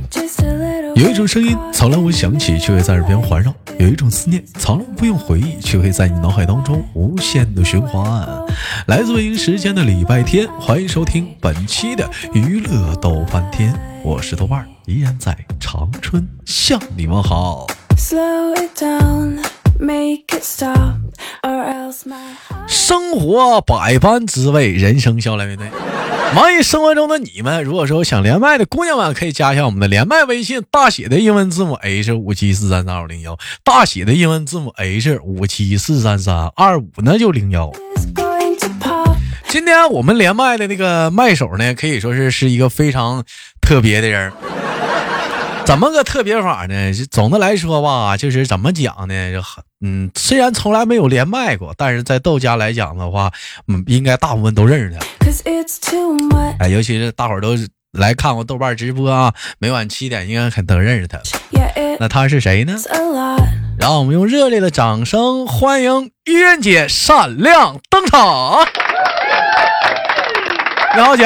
有一种声音从来不响起，却会在耳边环绕；有一种思念从来不用回忆，却会在你脑海当中无限的循环。来自北京时间的礼拜天，欢迎收听本期的娱乐逗翻天，我是豆瓣，依然在长春向你们好。生活百般滋味，人生笑来面对。忙于生活中的你们，如果说想连麦的姑娘们，可以加一下我们的连麦微信，大写的英文字母 H574332501，大写的英文字母 H5743325呢就01。今天我们连麦的那个麦手呢，可以说是一个非常特别的人。怎么个特别法呢？总的来说吧，就是怎么讲呢？虽然从来没有连麦过，但是在豆家来讲的话，应该大部分都认识他。尤其是大伙儿都来看过豆瓣直播啊，每晚7点应该很都认识他。那他是谁呢？让我们用热烈的掌声欢迎玉燕姐闪亮登场。你好，姐。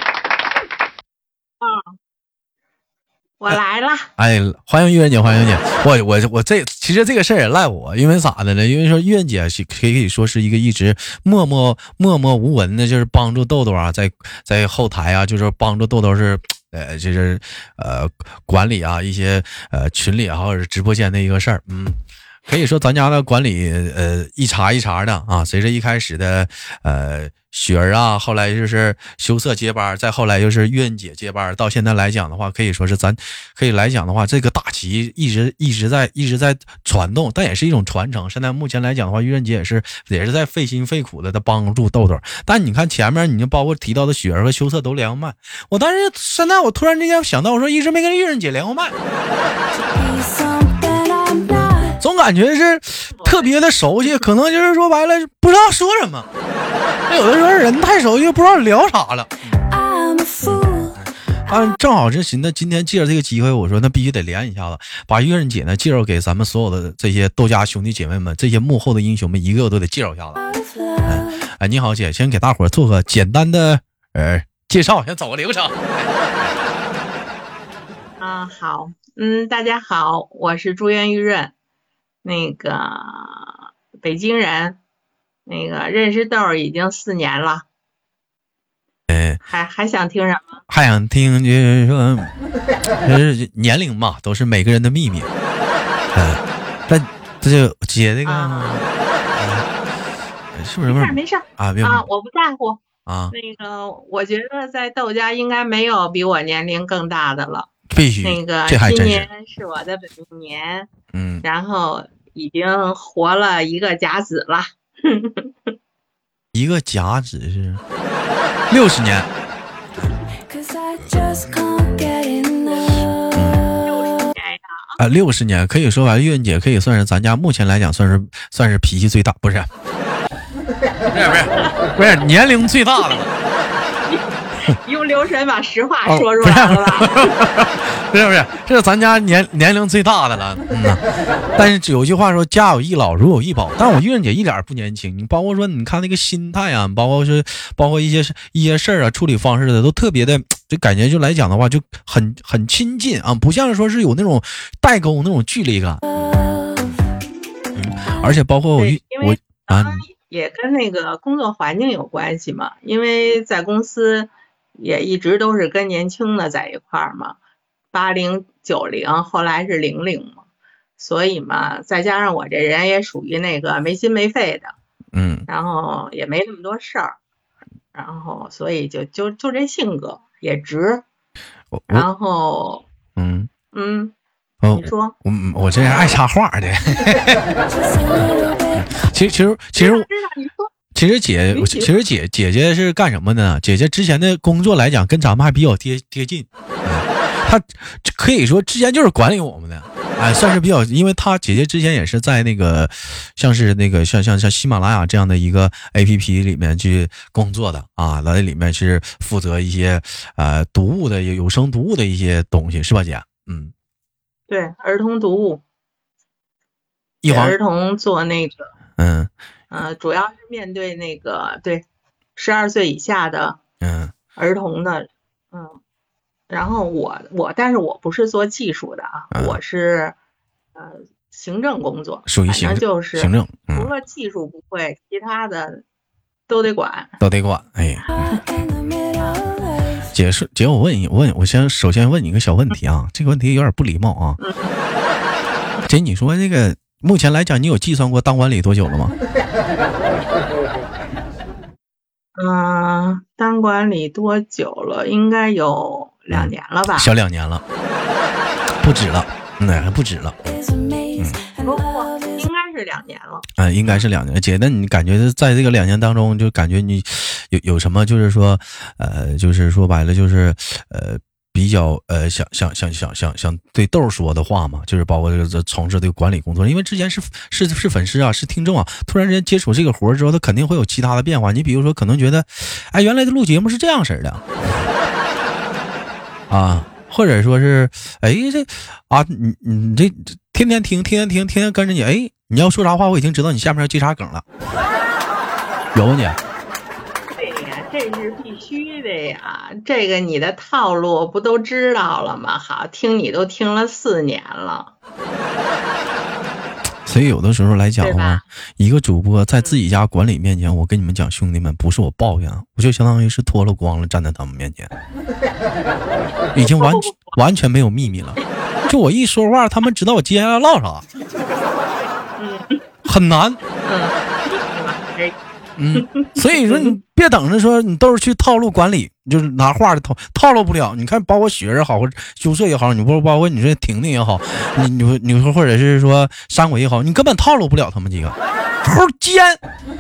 我来了， 哎，欢迎玉燕姐，欢迎姐。我其实这个事儿也赖我，因为咋的呢？因为说玉燕姐可以说是一个一直默默无闻的，就是帮助豆豆啊，在后台啊，就是帮助豆豆是就是管理啊一些群里啊或者是直播间的一个事儿。可以说咱家的管理一茬一茬的啊，随着一开始的雪儿啊，后来就是羞涩接班，再后来又是玉燕姐接班，到现在来讲的话，可以说是咱可以来讲的话，这个大旗一直在传动，但也是一种传承。现在目前来讲的话，玉燕姐也是在费心费苦的帮助豆豆。但你看前面你就包括提到的雪儿和羞涩都连过麦，但是现在我突然之间想到，我说一直没跟玉燕姐连过麦。总感觉是特别的熟悉，可能就是说白了不知道说什么，有的时候人太熟悉不知道聊啥了。正好是寻思今天借着这个机会，我说那必须得连一下子，把玉燕姐呢介绍给咱们所有的这些豆家兄弟姐妹们，这些幕后的英雄们，一个都得介绍一下子。你好姐，先给大伙做个简单的介绍，先走个流程。 好，大家好，我是朱元玉润。那个北京人，那个认识豆已经4年了。还想听什么？ 还想听就是说，年龄嘛，都是每个人的秘密。这就姐这个是不是？ 没事啊，我不在乎啊。那个，我觉得在豆家应该没有比我年龄更大的了。 必须， 那个今年是我的本命年，然后已经活了一个甲子了。 一个甲子是60年。60年可以说吧，玉燕姐可以算是咱家目前来讲算是脾气最大，不是年龄最大的了。 用留神把实话说出来了吧？ 不是，这是咱家年龄最大的了。但是有句话说家有一老如有一宝，但我玉燕姐一点不年轻。你包括说你看那个心态啊，包括一些事儿啊，处理方式的都特别的，就感觉就来讲的话就很亲近啊，不像是说是有那种代沟那种距离感。而且包括我也跟那个工作环境有关系嘛，因为在公司也一直都是跟年轻的在一块儿嘛，80、90，后来是00嘛，所以嘛，再加上我这人也属于那个没心没肺的，然后也没那么多事儿，然后所以就这性格也直，然后你说， 我这人爱插话的。其实姐姐是干什么的呢？姐姐之前的工作来讲跟咱们还比较贴近，她可以说之前就是管理我们的，算是比较，因为她姐姐之前也是在那个像喜马拉雅这样的一个 APP 里面去工作的啊，在里面是负责一些读物的有声读物的一些东西，是吧姐？ 对，儿童读物，给儿童做那个，主要是面对那个对12岁以下的儿童的， 然后但是我不是做技术的啊，我是行政工作，反属于行政， 正就是行政， 除了技术不会，其他的都得管。 都得管。哎，姐，我首先问你一个小问题啊，这个问题有点不礼貌啊。姐，你说这个目前来讲，你有计算过当管理多久了吗？ 当管理多久了？应该有2年了吧？ 小2年了，不止了，还不止了。 不，应该是2年了。 应该是2年。姐，那你感觉在这个2年当中，就感觉你有什么，就是说，就是说白了，就是比较想对豆说的话嘛，就是包括这个从事这个管理工作，因为之前是粉丝啊，是听众啊，突然之间接触这个活之后，他肯定会有其他的变化。你比如说，可能觉得，哎，原来的录节目是这样式的啊，或者说是，哎，这啊，你这天天听，天天跟着你，哎，你要说啥话，我已经知道你下面要接啥梗了，有你。 对呀，这是必须的呀，这个你的套路不都知道了吗？好，听你都听了4年了。 所以有的时候来讲的话，一个主播在自己家管理面前，我跟你们讲，兄弟们，不是我抱怨，我就相当于是脱了光了，站在他们面前，已经完全没有秘密了。就我一说话，他们知道我接下来唠啥，很难。所以说你别等着说你都是去套路管理，就是拿话的套路不了。你看，包括雪儿好，或者羞涩也好，你不包括你说婷婷也好，你说或者是说山鬼也好，你根本套路不了他们几个，齁尖。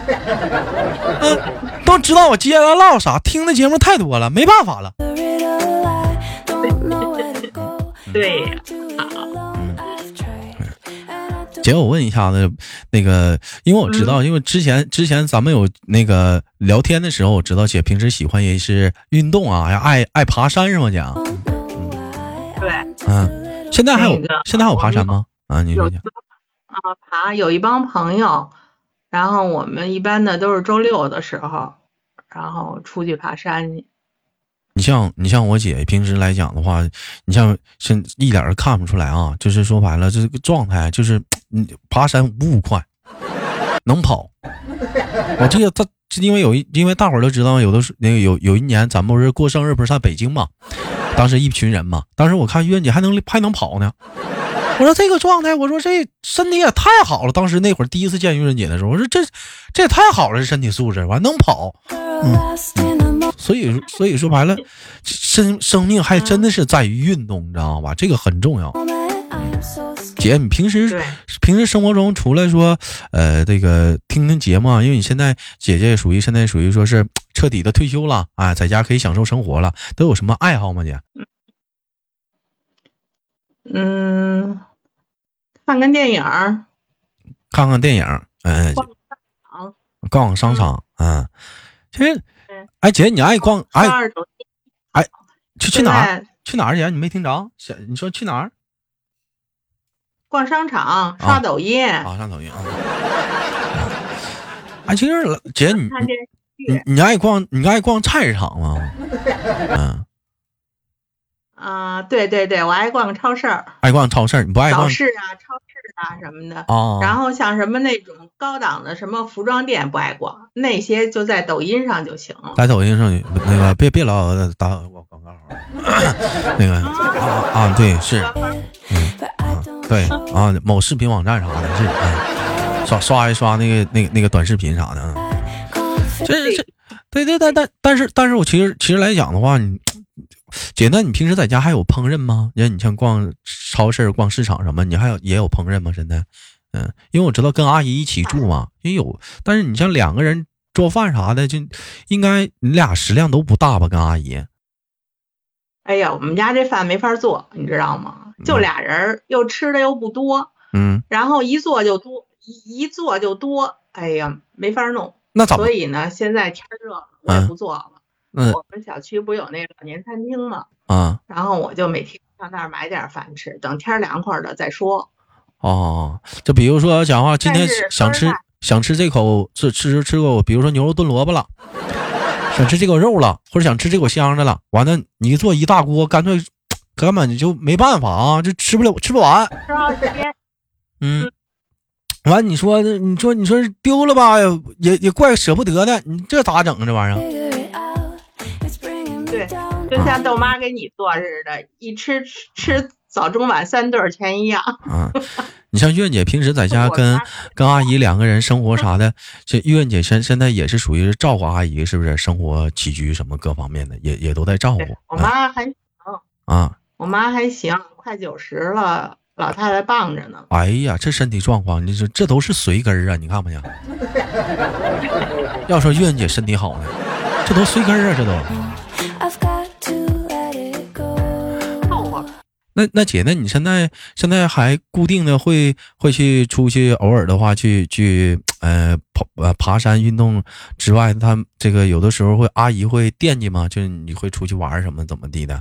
都知道我接下来唠啥，听的节目太多了，没办法了。 对呀， 姐，我问一下子，那个，因为我知道，因为之前咱们有那个聊天的时候，我知道姐平时喜欢也是运动啊，爱爬山是吗，姐？ 对， 现在还有爬山吗？你说讲。 有一帮朋友，然后我们一般的都是周6的时候，然后出去爬山去。 你像我姐平时来讲的话，你像一点儿看不出来啊，就是说白了这个状态，就是爬山5快，能跑。我记得他因为大伙儿都知道，有的那个有一年咱们不是过生日不是在北京嘛，当时一群人嘛，当时我看月姐还能跑呢。我说这个状态，我说这身体也太好了。当时那会儿第一次见月姐的时候，我说这也太好了，这身体素质完能跑。所以说白了，生命还真的是在于运动，你知道吧？这个很重要。姐，你平时生活中除了说这个听节目啊，因为你现在姐姐现在属于说是彻底的退休了啊，在家可以享受生活了，都有什么爱好吗，姐？ 看看电影， 逛商场，其实，哎，姐，你爱逛，去哪儿？去哪儿，姐？你没听着？你说去哪儿？ 逛商场，刷抖音。 上抖音啊。其实姐，你爱逛菜市场吗？ 对，我爱逛超市。 爱逛超市，你不爱逛早市啊、超市啊什么的。然后像什么那种高档的什么服装店不爱逛，那些就在抖音上就行了。 在抖音上那个别老打我广告那个对是，对某视频网站啥的是刷一刷那个短视频啥的对，但是我其实来讲的话，姐，那你平时在家还有烹饪吗？你像逛超市、逛市场什么，你也有烹饪吗？现在，因为我知道跟阿姨一起住嘛，也有。但是你像2个人做饭啥的，就应该你俩食量都不大吧？跟阿姨。 哎呀，我们家这饭没法做，你知道吗？就俩人，又吃的又不多，然后一做就多，哎呀，没法弄。 那咋？ 所以呢，现在天热了，我也不做了。我们小区不有那个老年餐厅吗？然后我就每天上那儿买点饭吃，等天凉快了再说。 就比如说讲话，今天想吃这口吃口，比如说牛肉炖萝卜了， 想吃这口肉了，或者想吃这口香的了，完了你做一大锅，干脆根本就没办法啊，就吃不完。完你说丢了吧，也怪舍不得的，你这咋整啊这玩意儿？ 对，就像豆妈给你做似的，一吃早中晚3顿全一样。 你像月姐平时在家跟阿姨2个人生活啥的，这月姐现在也是属于照顾阿姨，是不是？生活起居什么各方面的也都在照顾。 我妈还行啊， 我妈还行，快90了，老太太棒着呢。 哎呀，这身体状况，你说这都是随根啊，你看不见？要说月姐身体好呢，这都随根啊，这都。那姐，那你现在还固定的会去出去，偶尔的话去爬山运动之外，他这个有的时候阿姨会惦记吗？就是你会出去玩什么怎么地的？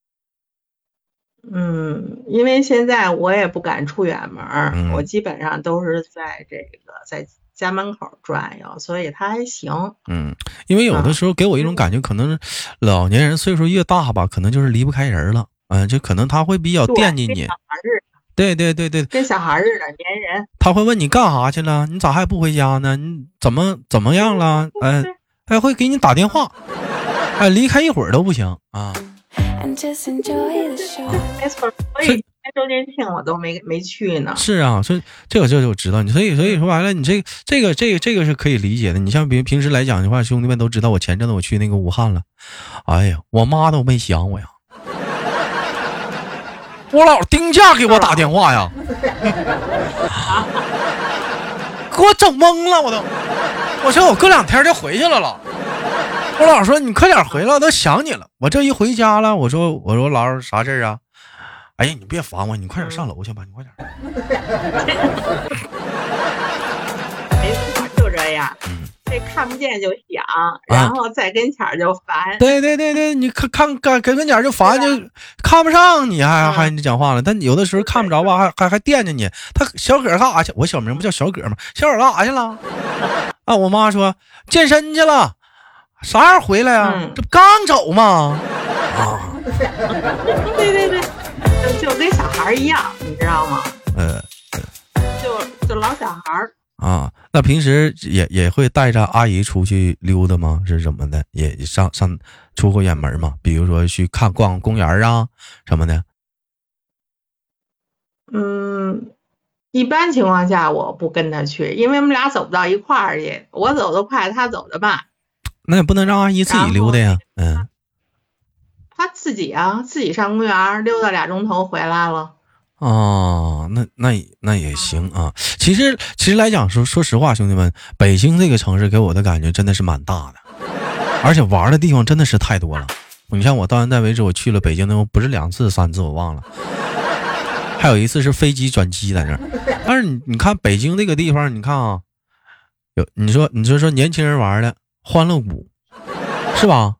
因为现在我也不敢出远门，我基本上都是在家门口转悠，所以他还行。 因为有的时候给我一种感觉，可能老年人岁数越大吧，可能就是离不开人了。就可能他会比较惦记你。对， 跟小孩似的粘人。 他会问你干啥去了？你咋还不回家呢？你怎么样了？还会给你打电话。离开一会儿都不行啊。 没错，所以周年庆我都没去呢。 是啊，所以这个我知道你，所以说白了，你这个是可以理解的。你像平时来讲的话，兄弟们都知道，我前阵子我去那个武汉了，哎呀，我妈都没想我呀。我老丁家给我打电话呀，给我整懵了，我说我过2天就回去了。我老说你快点回来，我都想你了。我这一回家了，我说老啥事啊？哎呀，你别烦我，你快点上楼去吧，你快点。 没错，就这样。这看不见就想，然后在跟前就烦。 对，你看跟前就烦，就看不上你，还你讲话了。但有的时候看不着吧，还惦记你。他小葛干啥去？我小名不叫小葛吗？小葛干啥去了？我妈说健身去了。啥时候回来啊？这不刚走吗？ 对，就跟小孩一样，你知道吗？就老小孩啊。那平时也会带着阿姨出去溜达吗？是什么的？也上出过远门吗？比如说去逛公园啊什么的。 一般情况下我不跟他去，因为我们俩走不到一块儿去，我走得快，他走得慢。 那也不能让阿姨自己溜达呀。 他自己上公园溜达2钟头回来了。 那也行啊。其实来讲说实话，兄弟们，北京这个城市给我的感觉真的是蛮大的，而且玩的地方真的是太多了。你像我到现在为止，我去了北京那不是2次3次我忘了，还有一次是飞机转机在那儿。但是你看北京这个地方，你看啊，你说年轻人玩的欢乐谷是吧？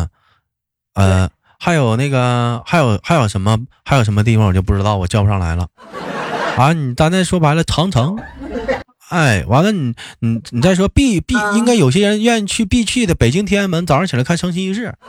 还有那个还有什么地方我就不知道，我叫不上来了啊。你单单说白了长城，完了你再说必应该有些人愿意必去的北京天安门，早上起来看升旗仪式。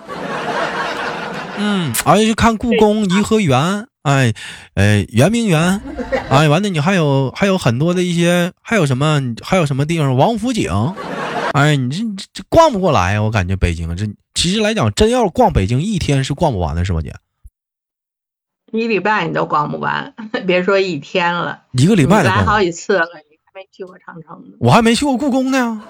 而且去看故宫、颐和园，圆明园，完了你还有很多的一些，还有什么地方，王府井，你这逛不过来，我感觉北京这其实来讲，真要是逛北京一天是逛不完的，是吧姐 ？1礼拜你都逛不完，别说1天了 ，1个礼拜的。 来好几次了，你还没去过长城呢。 我还没去过故宫呢。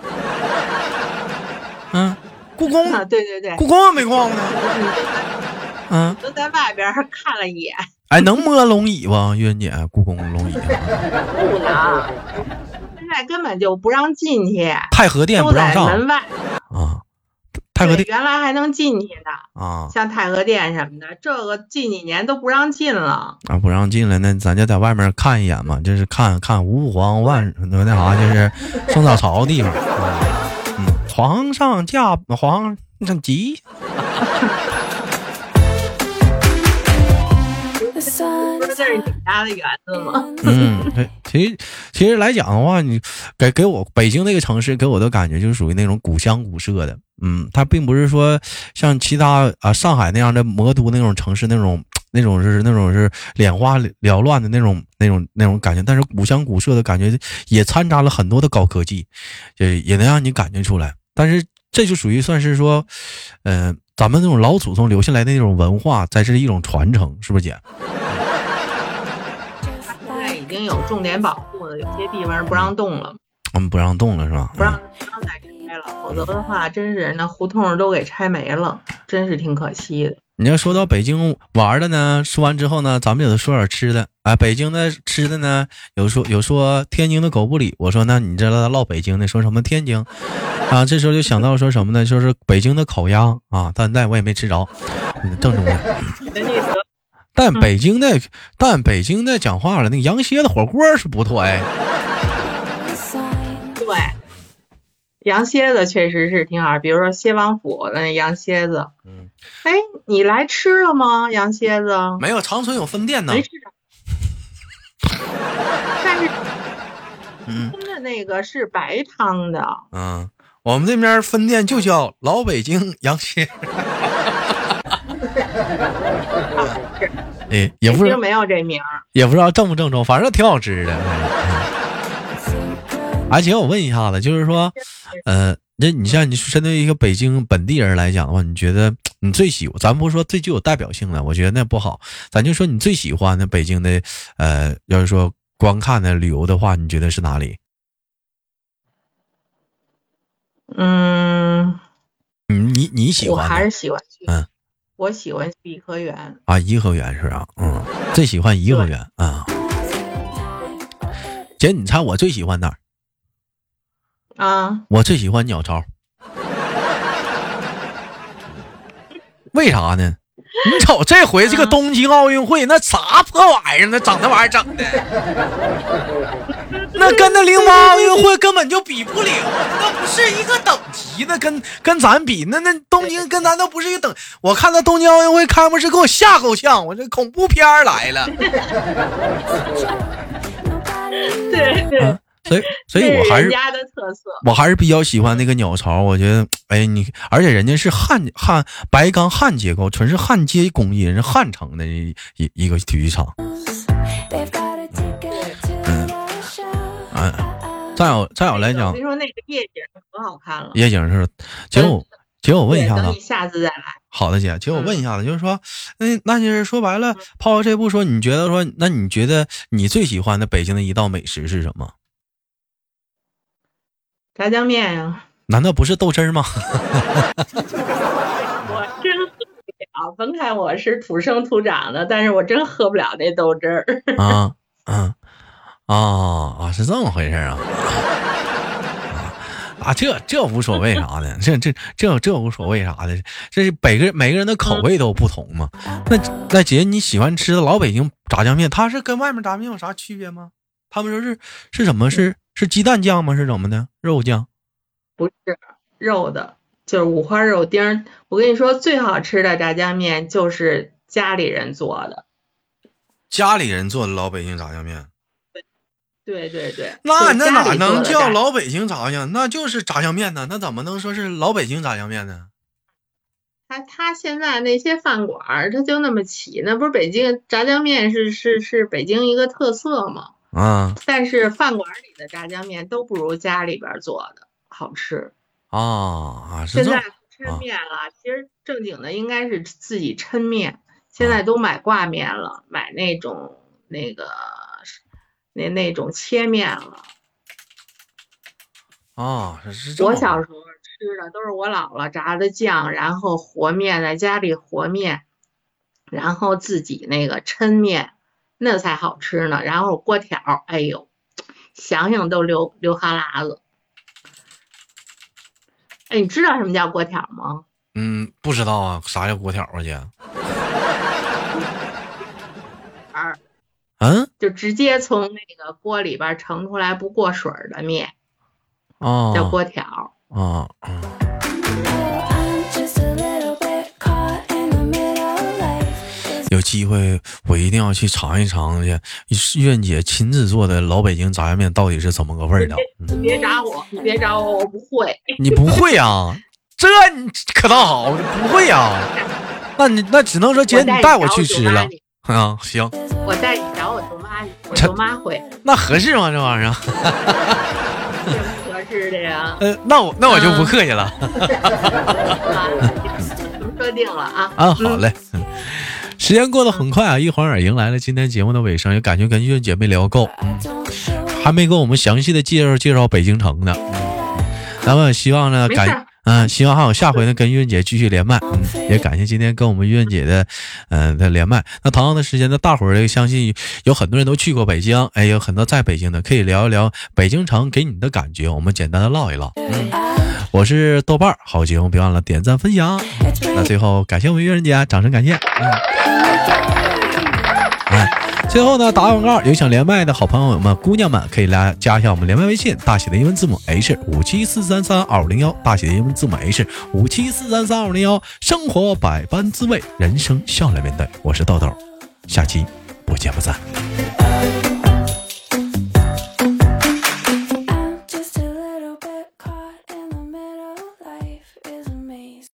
故宫对， 故宫还没逛呢。 都在外边看了一眼。 能摸龙椅吗？月姐，故宫龙椅不能，现在根本就不让进去。 太和殿不让上， 门外太和殿原来还能进去的像太和殿什么的，这个近几年都不让进了不让进了。那咱就在外面看一眼嘛，就是看吾皇万那啥，就是宋早朝的地方。皇上急。 这是你家的园子吗？ 对，其实来讲的话，你给我北京那个城市给我的感觉就是属于那种古香古色的。它并不是说像其他上海那样的魔都那种城市那种是眼花缭乱的那种感觉，但是古香古色的感觉也掺杂了很多的高科技，也能让你感觉出来。但是这就属于算是说，咱们那种老祖宗留下来的那种文化，在这是一种传承，是不是姐？ 现在已经有重点保护的，有些地方不让动了。 不让动了是吧？ 不让再拆了，否则的话，真是那胡同都给拆没了，真是挺可惜的。 你要说到北京玩的呢，说完之后呢，咱们也得说点吃的。北京的吃的呢，有说天津的狗不理，我说那你这唠北京的，说什么天津啊？这时候就想到说什么呢？就是北京的烤鸭啊，但我也没吃着，正宗的。但北京的讲话了，那个羊蝎子火锅是不错哎。 对，羊蝎子确实是挺好，比如说蝎王府的那羊蝎子。哎，你来吃了吗？羊蝎子没有，长春有分店呢。 没吃着。但是，他们的那个是白汤的。 我们这边分店就叫老北京羊蝎。也不是没有这名， 也不知道正不正宗，反正挺好吃的。而且我问一下子，就是说，那你像你针对一个北京本地人来讲的话，你觉得你最喜欢，咱不说最具有代表性的，我觉得那不好，咱就说你最喜欢的北京的，要是说观看的旅游的话，你觉得是哪里？你喜欢？ 我还是喜欢去。我喜欢去颐和园啊，颐和园是吧？最喜欢颐和园啊。姐，你猜我最喜欢哪儿？我最喜欢鸟巢。为啥呢？你瞅这回这个东京奥运会，那啥破玩意儿，那整那玩意儿整的，那跟那08奥运会根本就比不了，那不是一个等级的，跟咱比，那东京跟咱都不是一个等。我看那东京奥运会开幕式给我吓够呛，我这恐怖片来了。 对。 所以我还是人家的特色， 我还是比较喜欢那个鸟巢。我觉得，而且人家是白钢焊结构，纯是焊接工艺，人是焊成的一个体育场。再有来讲， 你说那个夜景可好看了， 夜景是。姐，我问一下子， 等你下次再来。 好的，姐，我问一下子，就是说，那就是说白了，抛这步说，你觉得说，那你觉得你最喜欢的北京的一道美食是什么？ 炸酱面呀？ 难道不是豆汁吗？ 我真喝不了，甭看我是土生土长的，但是我真喝不了那豆汁儿。是这么回事啊？这无所谓啥的，这无所谓啥的，这是每个人的口味都不同嘛。那姐，你喜欢吃的老北京炸酱面，它是跟外面炸面有啥区别吗？他们说是什么？是鸡蛋酱吗？是怎么的？肉酱？ 不是肉的，就是五花肉丁。我跟你说，最好吃的炸酱面就是家里人做的。 家里人做的老北京炸酱面？ 对。 那哪能叫老北京炸酱？那就是炸酱面呢？那怎么能说是老北京炸酱面呢？ 他现在那些饭馆他就那么起，那不是北京炸酱面是北京一个特色吗？但是饭馆里的炸酱面都不如家里边做的好吃现在吃面了，其实正经的应该是自己抻面，现在都买挂面了，买那种那种切面了。 是这么。 我小时候吃的都是我姥姥炸的酱，然后和面，在家里和面，然后自己那个抻面，那才好吃呢。然后锅条，哎呦，想想都流哈喇子。你知道什么叫锅条吗？ 不知道啊，啥叫锅条啊，姐？ 就直接从那个锅里边盛出来不过水的面，叫锅条。 有机会我一定要去尝一尝去，苑姐亲自做的老北京炸酱面到底是怎么个味儿的？ 你别找我，我不会。 你不会啊？这你可倒好，不会啊？那只能说姐你带我去吃了啊？行， 我带你找我舅妈会。 那合适吗？这玩意儿？ 合适的呀。 那我就不客气了。 说定了啊。 好嘞。时间过得很快啊，一晃眼迎来了今天节目的尾声，也感觉跟苑姐没聊够，还没跟我们详细的介绍北京城呢。咱们希望呢希望还有下回呢跟苑姐继续连麦，也感谢今天跟我们苑姐的连麦。那同样的时间呢，大伙儿相信有很多人都去过北京，有很多在北京的，可以聊一聊北京城给你的感觉，我们简单的唠一唠。我是豆瓣，好节目别忘了点赞分享。那最后感谢我们苑姐，掌声感谢。最后呢，打广告，有想连麦的好朋友们、姑娘们，可以加一下我们连麦微信，大写的英文字母 H574332501，大写的英文字母 H574332501。生活百般滋味，人生笑来面对。我是豆豆，下期不见不散。